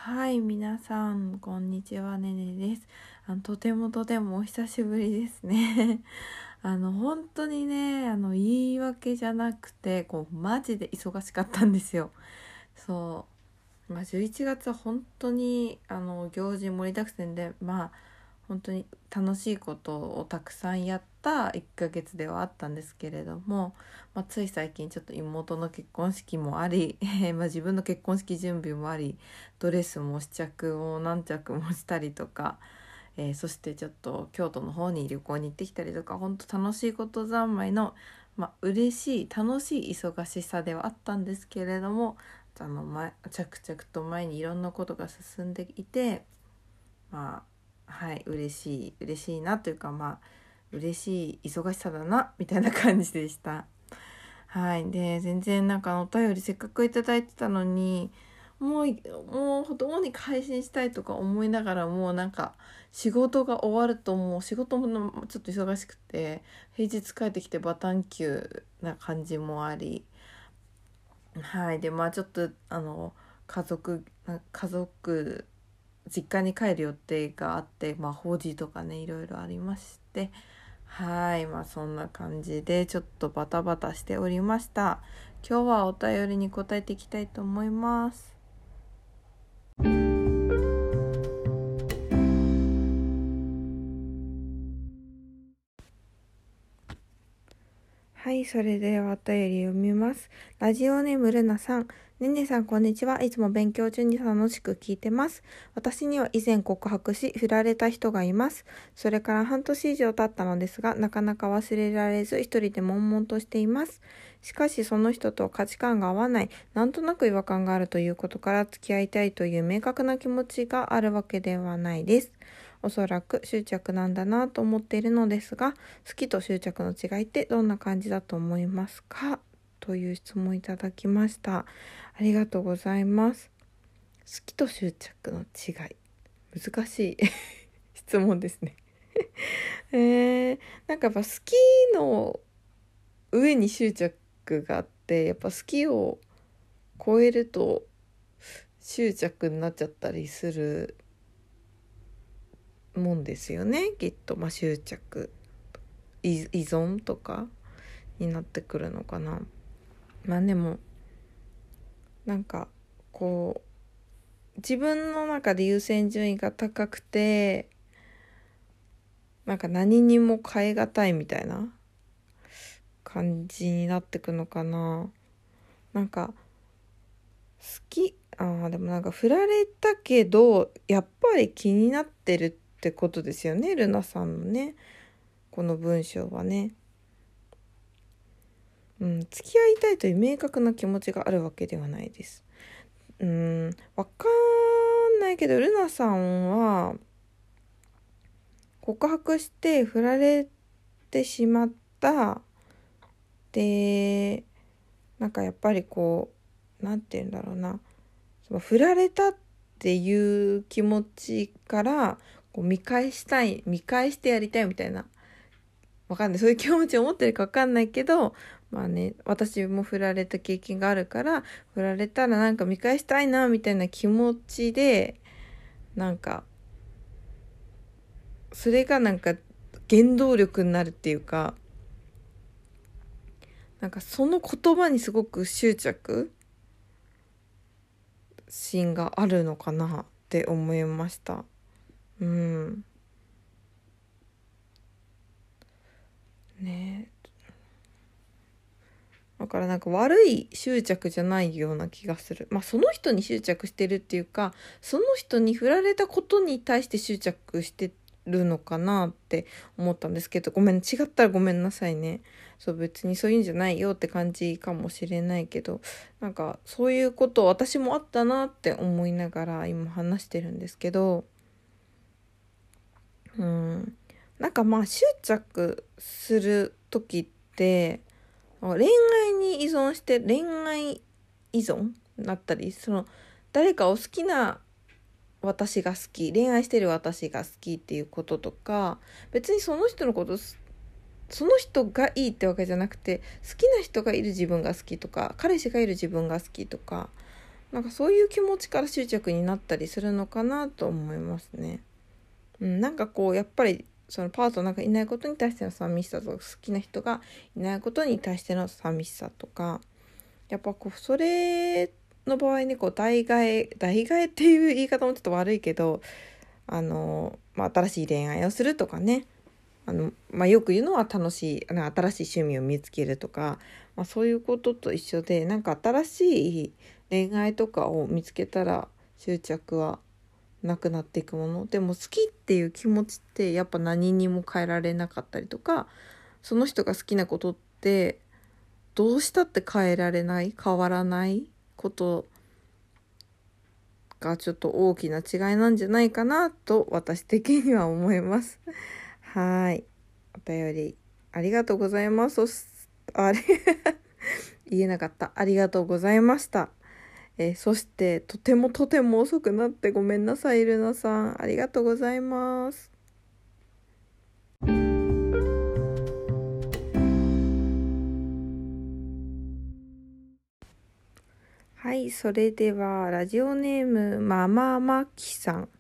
はい、皆さん、こんにちは、ねねです。とてもお久しぶりですね。本当にね、言い訳じゃなくて、マジで忙しかったんですよ。そう。11月は本当に、行事盛りだくさんで、本当に楽しいことをたくさんやった1ヶ月ではあったんですけれども、つい最近ちょっと妹の結婚式もあり、自分の結婚式準備もあり、ドレスも試着を何着もしたりとか、そしてちょっと京都の方に旅行に行ってきたりとか、本当楽しいこと三昧の、嬉しい楽しい忙しさではあったんですけれども、着々と前にいろんなことが進んでいて、はい、嬉しいなというか、嬉しい忙しさだなみたいな感じでした。はい。で、全然お便りせっかくいただいてたのに、もうどうにか配信したいとか思いながらも仕事が終わるともう仕事もちょっと忙しくて、平日帰ってきてバタンキューな感じもあり、はい。で、ちょっと家族実家に帰る予定があって、法事とかね、いろいろありまして、はい。そんな感じで、ちょっとバタバタしておりました。今日はお便りに答えていきたいと思います。はい、それではお便り読みます。ラジオネームルナさん。ねねさん、こんにちは。いつも勉強中に楽しく聞いてます。私には以前告白し、振られた人がいます。それから半年以上経ったのですが、なかなか忘れられず、一人で悶々としています。しかし、その人と価値観が合わない、なんとなく違和感があるということから、付き合いたいという明確な気持ちがあるわけではないです。おそらく執着なんだなと思っているのですが、好きと執着の違いってどんな感じだと思いますか？という質問いただきました。ありがとうございます。好きと執着の違い。難しい質問ですねやっぱ好きの上に執着があって、やっぱ好きを超えると執着になっちゃったりするもんですよね、きっと。執着、依存とかになってくるのかな。でもこう自分の中で優先順位が高くて、何にも変えがたいみたいな感じになってくのかな。好きでも振られたけどやっぱり気になってるってことですよね、ルナさんのねこの文章はね。付き合いたいという明確な気持ちがあるわけではないです。わかんないけど、ルナさんは告白して振られてしまった。で、やっぱりなんて言うんだろうな。その振られたっていう気持ちから見返してやりたいみたいな。わかんない。そういう気持ちを持ってるかわかんないけど、私も振られた経験があるから、振られたら見返したいなみたいな気持ちで、それが原動力になるっていうか、その言葉にすごく執着心があるのかなって思いました。ねえ。だから悪い執着じゃないような気がする。その人に執着してるっていうか、その人に振られたことに対して執着してるのかなって思ったんですけど、違ったらごめんなさいね。別にそういうんじゃないよって感じかもしれないけど、そういうこと私もあったなって思いながら今話してるんですけど、執着する時って恋愛に依存して恋愛依存だったり、誰かを好きな私が好き、恋愛してる私が好きっていうこととか、別にその人のことその人がいいってわけじゃなくて、好きな人がいる自分が好きとか、彼氏がいる自分が好きとか、 なんかそういう気持ちから執着になったりするのかなと思いますね。なんかこうやっぱりそのパートナーがいないことに対しての寂しさとか、好きな人がいないことに対しての寂しさとか、やっぱこうそれの場合にこう代替えっていう言い方もちょっと悪いけど、新しい恋愛をするとかね、よく言うのは新しい趣味を見つけるとか、そういうことと一緒で、なんか新しい恋愛とかを見つけたら執着はなくなっていくもの。でも好きっていう気持ちってやっぱ何にも変えられなかったりとか、その人が好きなことってどうしたって変わらないことがちょっと大きな違いなんじゃないかなと私的には思います。はい。お便りありがとうございます。言えなかった。ありがとうございました。そしてとても遅くなってごめんなさい、ルナさん。ありがとうございます。はい、それではラジオネームマママキさん。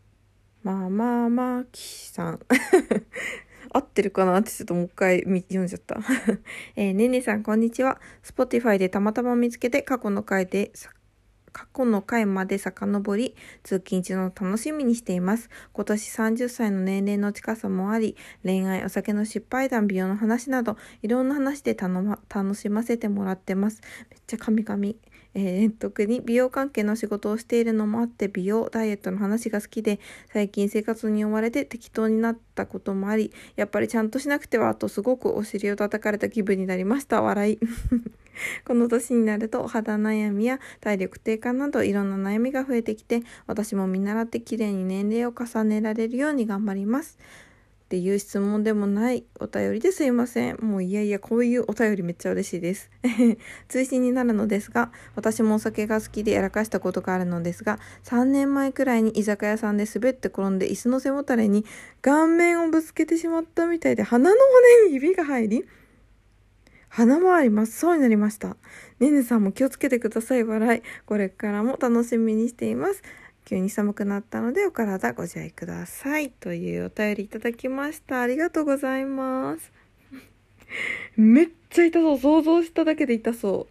合ってるかなってちょっともう一回読んじゃった。ねねさんこんにちは。Spotify でたまたま見つけて過去の回まで遡り、通勤中の楽しみにしています。今年30歳の年齢の近さもあり、恋愛、お酒の失敗談、美容の話など、いろんな話で楽しませてもらってます。めっちゃ神々。特に美容関係の仕事をしているのもあって、美容、ダイエットの話が好きで、最近生活に追われて適当になったこともあり、やっぱりちゃんとしなくてはとすごくお尻を叩かれた気分になりました。笑い。この年になると肌悩みや体力低下などいろんな悩みが増えてきて、私も見習って綺麗に年齢を重ねられるように頑張ります。っていう質問でもないお便りですいません。もうこういうお便りめっちゃ嬉しいです。追伸になるのですが、私もお酒が好きでやらかしたことがあるのですが、3年前くらいに居酒屋さんで滑って転んで椅子の背もたれに顔面をぶつけてしまったみたいで、鼻の骨に指が入り、鼻周り真っ青になりました。ねねさんも気をつけてください。笑い。これからも楽しみにしています。急に寒くなったのでお体ご自愛ください。というお便りいただきました。ありがとうございます。めっちゃ痛そう。想像しただけで痛そう。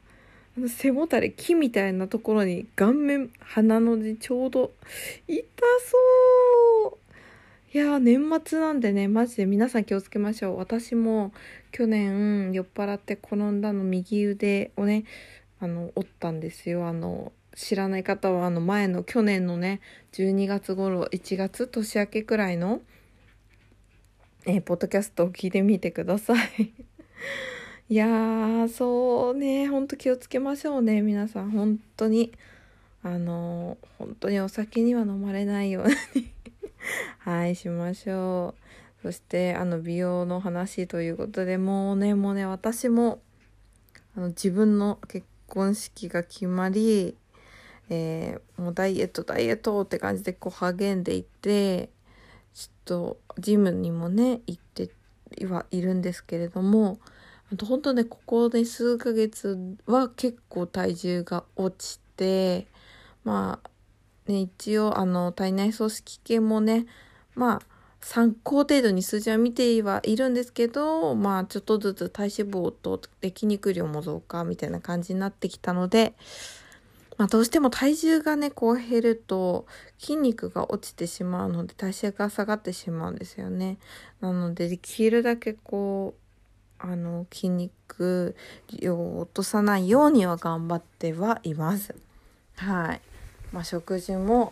背もたれ、木みたいなところに顔面、鼻の字ちょうど痛そう。いやー、年末なんでね、マジで皆さん気をつけましょう。私も去年酔っ払って転んだの右腕をね、折ったんですよ。知らない方は去年のね、12月頃、1月年明けくらいの、ポッドキャストを聞いてみてください。いやー、そうね、ほんと気をつけましょうね、皆さん。本当に。本当にお酒には飲まれないようにはい、しましょう。そして美容の話ということで、もうね私も自分の結婚式が決まり、もうダイエットって感じでこう励んでいて、ちょっとジムにもね行ってはいるんですけれども、本当ねここで数ヶ月は結構体重が落ちて、一応体内組織系もね、参考程度に数字は見てはいるんですけど、ちょっとずつ体脂肪と筋肉量も増加みたいな感じになってきたので、どうしても体重がねこう減ると筋肉が落ちてしまうので代謝が下がってしまうんですよね。なのでできるだけこう筋肉量を落とさないようには頑張ってはいます。はい。食事も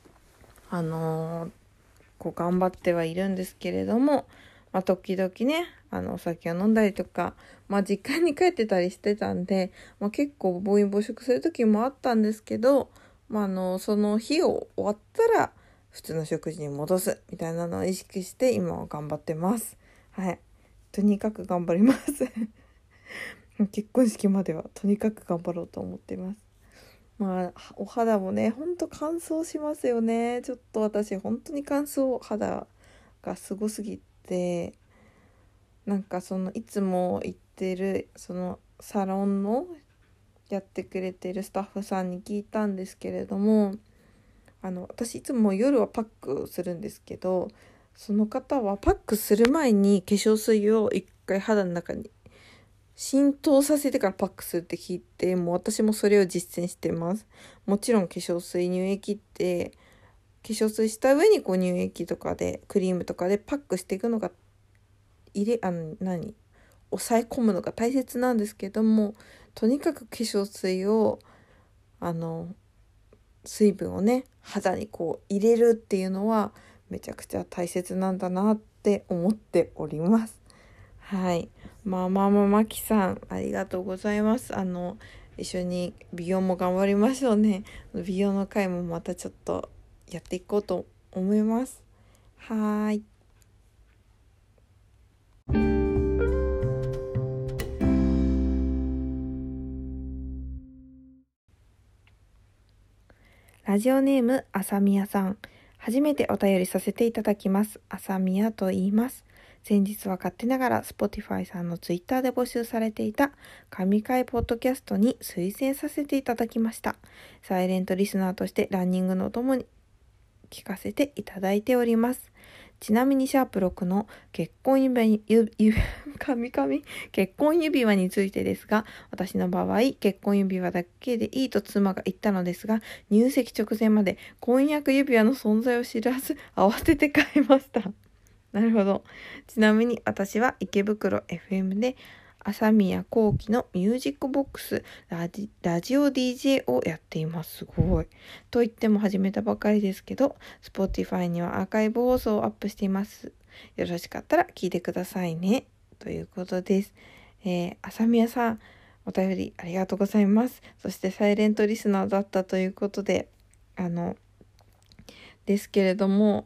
こう頑張ってはいるんですけれども、時々ねお酒を飲んだりとか、実家に帰ってたりしてたんで、結構暴飲暴食する時もあったんですけど、その日を終わったら普通の食事に戻すみたいなのを意識して今は頑張ってます。はい、とにかく頑張ります結婚式まではとにかく頑張ろうと思っています。お肌もねほんと乾燥しますよね。ちょっと私本当に乾燥肌がすごすぎて、なんかいつも行ってるそのサロンのやってくれてるスタッフさんに聞いたんですけれども、私いつも夜はパックするんですけど、その方はパックする前に化粧水を一回肌の中に浸透させてからパックするって聞いて、もう私もそれを実践してます。もちろん化粧水、乳液って化粧水した上に乳液とかでクリームとかでパックしていくのが抑え込むのが大切なんですけども、とにかく化粧水を水分をね肌に入れるっていうのはめちゃくちゃ大切なんだなって思っております。はい。まきさんありがとうございます。一緒に美容も頑張りましょうね。美容の回もまたちょっとやっていこうと思います。はい。ラジオネームあさみやさん。初めてお便りさせていただきます。あさみやと言います。先日は勝手ながら Spotify さんのツイッターで募集されていた神回ポッドキャストに推薦させていただきました。サイレントリスナーとしてランニングのお供に聞かせていただいております。ちなみにシャープ6の結婚指輪についてですが、私の場合結婚指輪だけでいいと妻が言ったのですが、入籍直前まで婚約指輪の存在を知らず慌てて買いました。なるほど。ちなみに私は池袋 FM で朝宮幸輝のミュージックボックスラジオ DJ をやっています。すごい。と言っても始めたばかりですけど、Spotify にはアーカイブ放送をアップしています。よろしかったら聞いてくださいね。ということです。朝宮さん、お便りありがとうございます。そしてサイレントリスナーだったということで、ですけれども、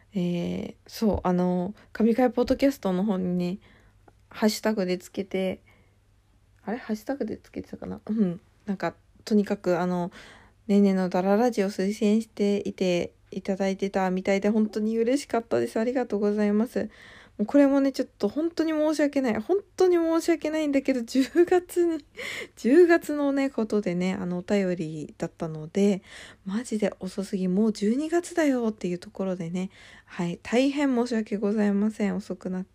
神回ポッドキャストの方にね、ハッシュタグでつけて、ハッシュタグでつけてたかな、とにかくねねのダララジを推薦していただいてたみたいで、本当に嬉しかったです。ありがとうございます。もうこれもね、ちょっと本当に申し訳ないんだけど、10月のねことでね、お便りだったので、マジで遅すぎ、もう12月だよっていうところでね、はい、大変申し訳ございません。遅くなって。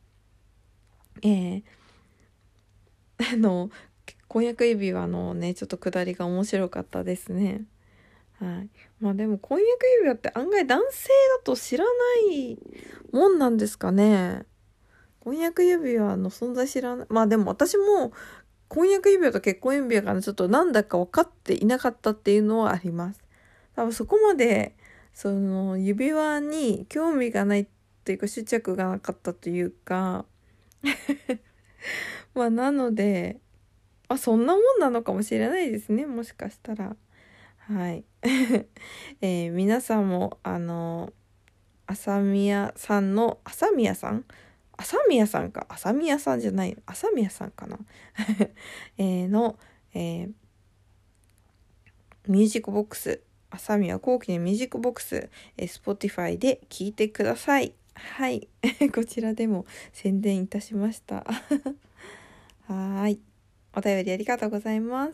婚約指輪のね、ちょっと下りが面白かったですね。はい。でも婚約指輪って案外男性だと知らないもんなんですかね。婚約指輪の存在知らない。でも私も婚約指輪と結婚指輪がちょっとなんだか分かっていなかったっていうのはあります。多分そこまでその指輪に興味がないっていうか執着がなかったというかなのでそんなもんなのかもしれないですね、もしかしたら。はい。皆さんも朝宮さんの朝宮さんじゃない、朝宮さんかなの、ミュージックボックス、朝宮幸輝のミュージックボックス、Spotify で聞いてください。はい。こちらでも宣伝いたしました。はい。お便りありがとうございます。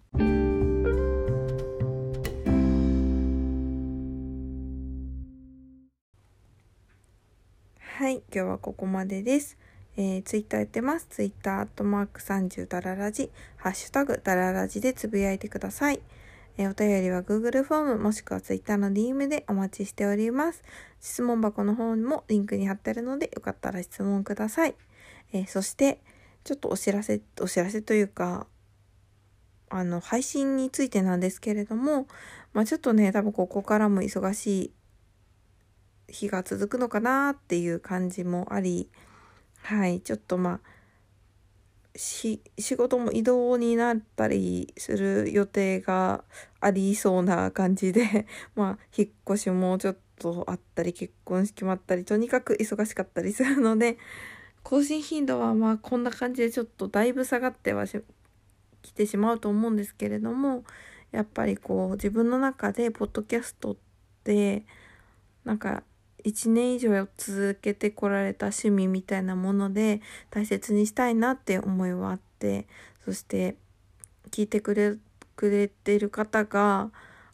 はい、今日はここまでです。ツイッターやってます。ツイッター@30ダララジ、ハッシュタグダララジでつぶやいてください。お便りは Google フォームもしくは Twitter の DM でお待ちしております。質問箱の方にもリンクに貼ってあるのでよかったら質問ください。そしてちょっとお知らせというか配信についてなんですけれども、ちょっとね多分ここからも忙しい日が続くのかなっていう感じもあり、はい、ちょっと仕事も移動になったりする予定がありそうな感じで引っ越しもちょっとあったり、結婚式もあったり、とにかく忙しかったりするので、更新頻度はこんな感じでちょっとだいぶ下がってはきてしまうと思うんですけれども、やっぱり自分の中でポッドキャストって1年以上続けてこられた趣味みたいなもので大切にしたいなって思いはあって、そして聞いてくれてる方が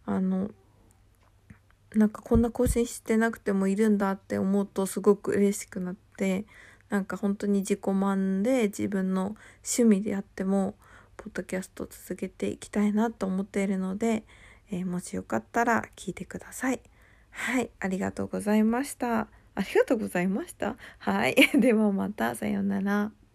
なんかこんな更新してなくてもいるんだって思うとすごく嬉しくなって、なんか本当に自己満で自分の趣味であってもポッドキャストを続けていきたいなと思っているので、もしよかったら聞いてください。はい、ありがとうございました。ありがとうございました。はい、ではまた、さようなら。